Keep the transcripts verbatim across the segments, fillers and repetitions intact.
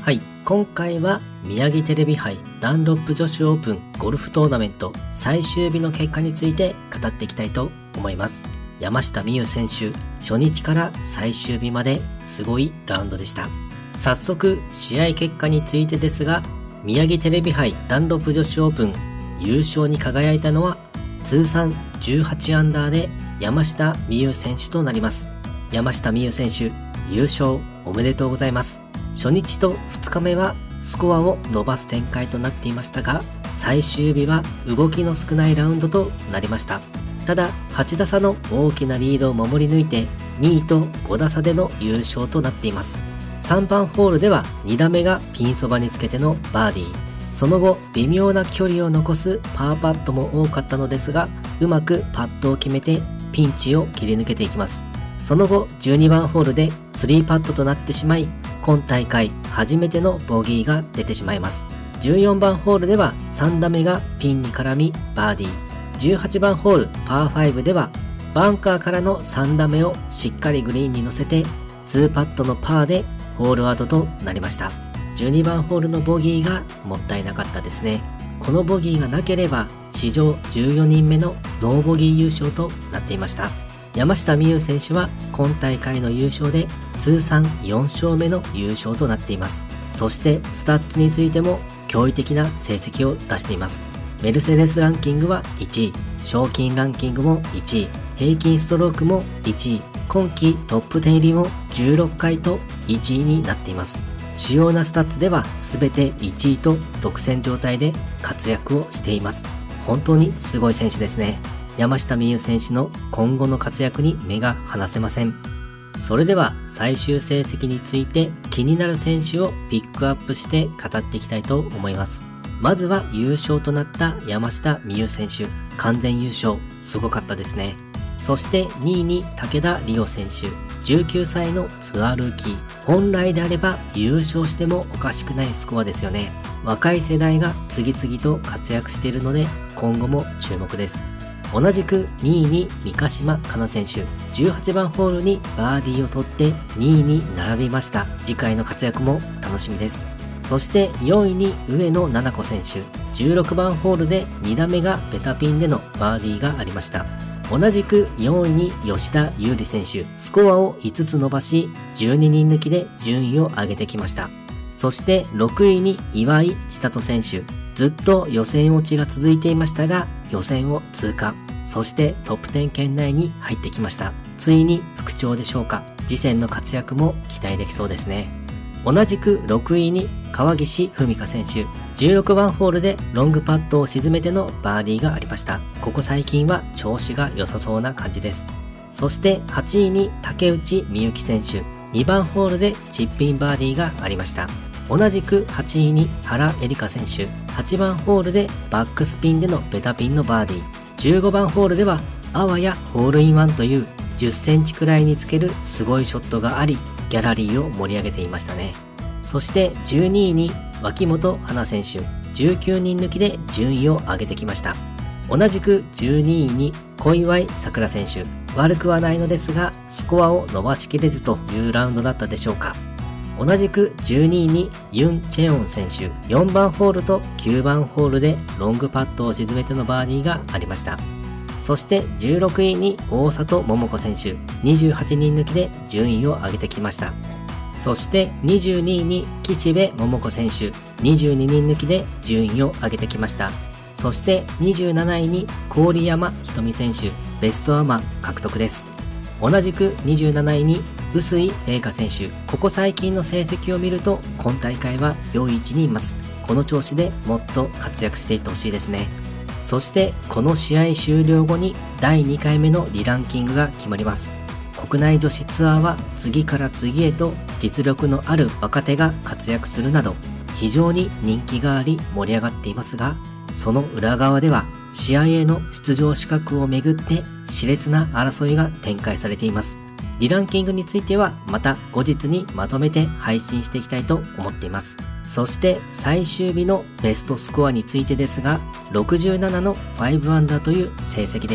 はい、今回は宮城テレビ杯ダンロップ女子オープンゴルフトーナメント最終日の結果について語っていきたいと思います。山下美夢有選手、初日から最終日まですごいラウンドでした。早速試合結果についてですが、宮城テレビ杯ダンロップ女子オープン優勝に輝いたのは通算じゅうはちアンダーで山下美夢有選手となります。山下美夢有選手、優勝おめでとうございます。初日とふつかめはスコアを伸ばす展開となっていましたが、最終日は動きの少ないラウンドとなりました。ただはちださの大きなリードを守り抜いてにいとごだ差での優勝となっています。さんばんホールではに打目がピンそばにつけてのバーディー、その後微妙な距離を残すパーパットも多かったのですが、うまくパットを決めてピンチを切り抜けていきます。その後じゅうにばんホールでスリーパットとなってしまい、今大会初めてのボギーが出てしまいます。じゅうよんばんホールではさん打目がピンに絡みバーディー、じゅうはちばんホールパーファイブではバンカーからのさん打目をしっかりグリーンに乗せてにパットのパーでホールアウトとなりました。じゅうにばんホールのボギーがもったいなかったですね。このボギーがなければ史上じゅうよにんめのノーボギー優勝となっていました。山下美夢有選手は今大会の優勝で通算よん勝目の優勝となっています。そしてスタッツについても驚異的な成績を出しています。メルセデスランキングはいちい、賞金ランキングもいちい、平均ストロークもいちい、今季トップじゅう入りもじゅうろっかいといちいになっています。主要なスタッツでは全ていちいと独占状態で活躍をしています。本当にすごい選手ですね。山下美夢有選手の今後の活躍に目が離せません。それでは最終成績について気になる選手をピックアップして語っていきたいと思います。まずは優勝となった山下美夢有選手、完全優勝、すごかったですね。そしてにいに武田梨央選手、じゅうきゅうさいのツアールーキー、本来であれば優勝してもおかしくないスコアですよね。若い世代が次々と活躍しているので今後も注目です。同じくにいに三ヶ島かな選手、じゅうはちばんホールにバーディーを取ってにいに並びました。次回の活躍も楽しみです。そしてよんいに上野菜々子選手、じゅうろくばんホールでに打目がベタピンでのバーディーがありました。同じくよんいに吉田優利選手、スコアをいつつ伸ばしじゅうににん抜きで順位を上げてきました。そしてろくいに岩井千怜選手、ずっと予選落ちが続いていましたが予選を通過、そしてトップじゅう圏内に入ってきました。ついに復調でしょうか。次戦の活躍も期待できそうですね。同じくろくいに川岸文香選手、じゅうろくばんホールでロングパットを沈めてのバーディーがありました。ここ最近は調子が良さそうな感じです。そしてはちいに竹内美幸選手、にばんホールでチップインバーディーがありました。同じくはちいに原恵梨香選手、はちばんホールでバックスピンでのベタピンのバーディー、じゅうごばんホールではあわやホールインワンというじゅっセンチくらいにつけるすごいショットがあり、ギャラリーを盛り上げていましたね。そしてじゅうにいに脇本華選手、じゅうきゅうにん抜きで順位を上げてきました。同じくじゅうにいに小祝さくら選手、悪くはないのですがスコアを伸ばしきれずというラウンドだったでしょうか。同じくじゅうにいにユン・チェヨン選手、よんばんホールときゅうばんホールでロングパットを沈めてのバーディーがありました。そしてじゅうろくいに大里桃子選手、にじゅうはちにん抜きで順位を上げてきました。そしてにじゅうにいに岸部桃子選手、にじゅうににん抜きで順位を上げてきました。そしてにじゅうなないに郡山瞳選手、ベストアマ獲得です。同じくにじゅうなないに臼井麗香選手、ここ最近の成績を見ると今大会は良い位置にいます。この調子でもっと活躍していってほしいですね。そしてこの試合終了後にだいにかいめのリランキングが決まります。国内女子ツアーは次から次へと実力のある若手が活躍するなど非常に人気があり盛り上がっていますが、その裏側では試合への出場資格をめぐって熾烈な争いが展開されています。リランキングについてはまた後日にまとめて配信していきたいと思っています。そして最終日のベストスコアについてですが、ろくじゅうななのごアンダーという成績でした。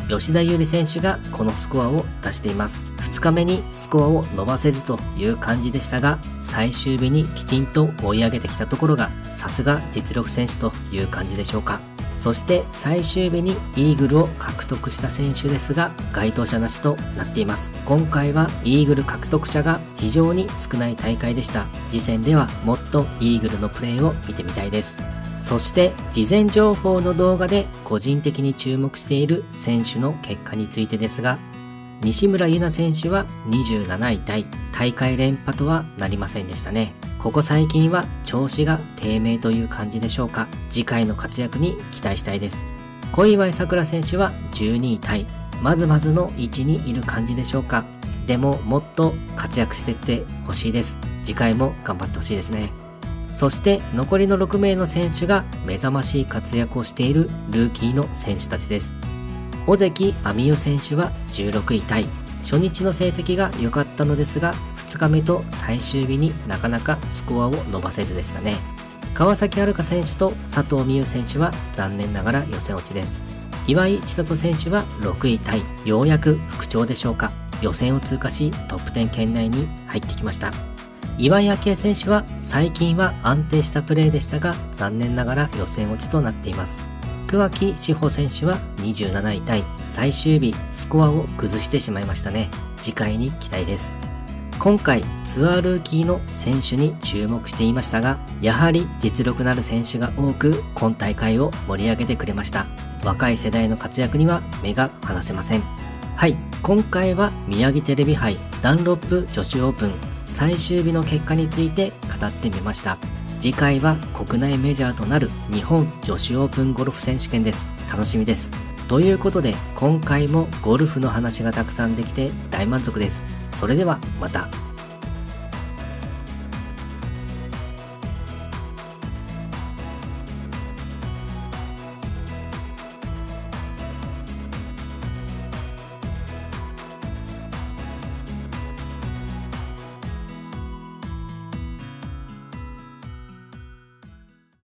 吉田優利選手がこのスコアを出しています。ふつかめにスコアを伸ばせずという感じでしたが、最終日にきちんと追い上げてきたところがさすが実力選手という感じでしょうか。そして最終日にイーグルを獲得した選手ですが、該当者なしとなっています。今回はイーグル獲得者が非常に少ない大会でした。次戦ではもっとイーグルのプレーを見てみたいです。そして事前情報の動画で個人的に注目している選手の結果についてですが、西村優菜選手はにじゅうなないタイ、大会連覇とはなりませんでしたね。ここ最近は調子が低迷という感じでしょうか。次回の活躍に期待したいです。小祝さくら選手はじゅうにいタイ、まずまずの位置にいる感じでしょうか。でももっと活躍していってほしいです。次回も頑張ってほしいですね。そして残りのろくめいの選手が目覚ましい活躍をしているルーキーの選手たちです。尾関亜美代選手はじゅうろくいタイ。初日の成績が良かったのですが、ふつかめと最終日になかなかスコアを伸ばせずでしたね。川崎春花選手と佐藤美優選手は残念ながら予選落ちです。岩井千怜選手はろくいタイ。ようやく復調でしょうか。予選を通過しトップじゅう圏内に入ってきました。岩井明愛選手は最近は安定したプレーでしたが、残念ながら予選落ちとなっています。桑木志保選手はにじゅうなないタイ。最終日スコアを崩してしまいましたね。次回に期待です。今回ツアールーキーの選手に注目していましたが、やはり実力のある選手が多く今大会を盛り上げてくれました。若い世代の活躍には目が離せません。はい、今回は宮城テレビ杯ダンロップ女子オープン最終日の結果について語ってみました。次回は国内メジャーとなる日本女子オープンゴルフ選手権です。楽しみです。ということで今回もゴルフの話がたくさんできて大満足です。それではまた。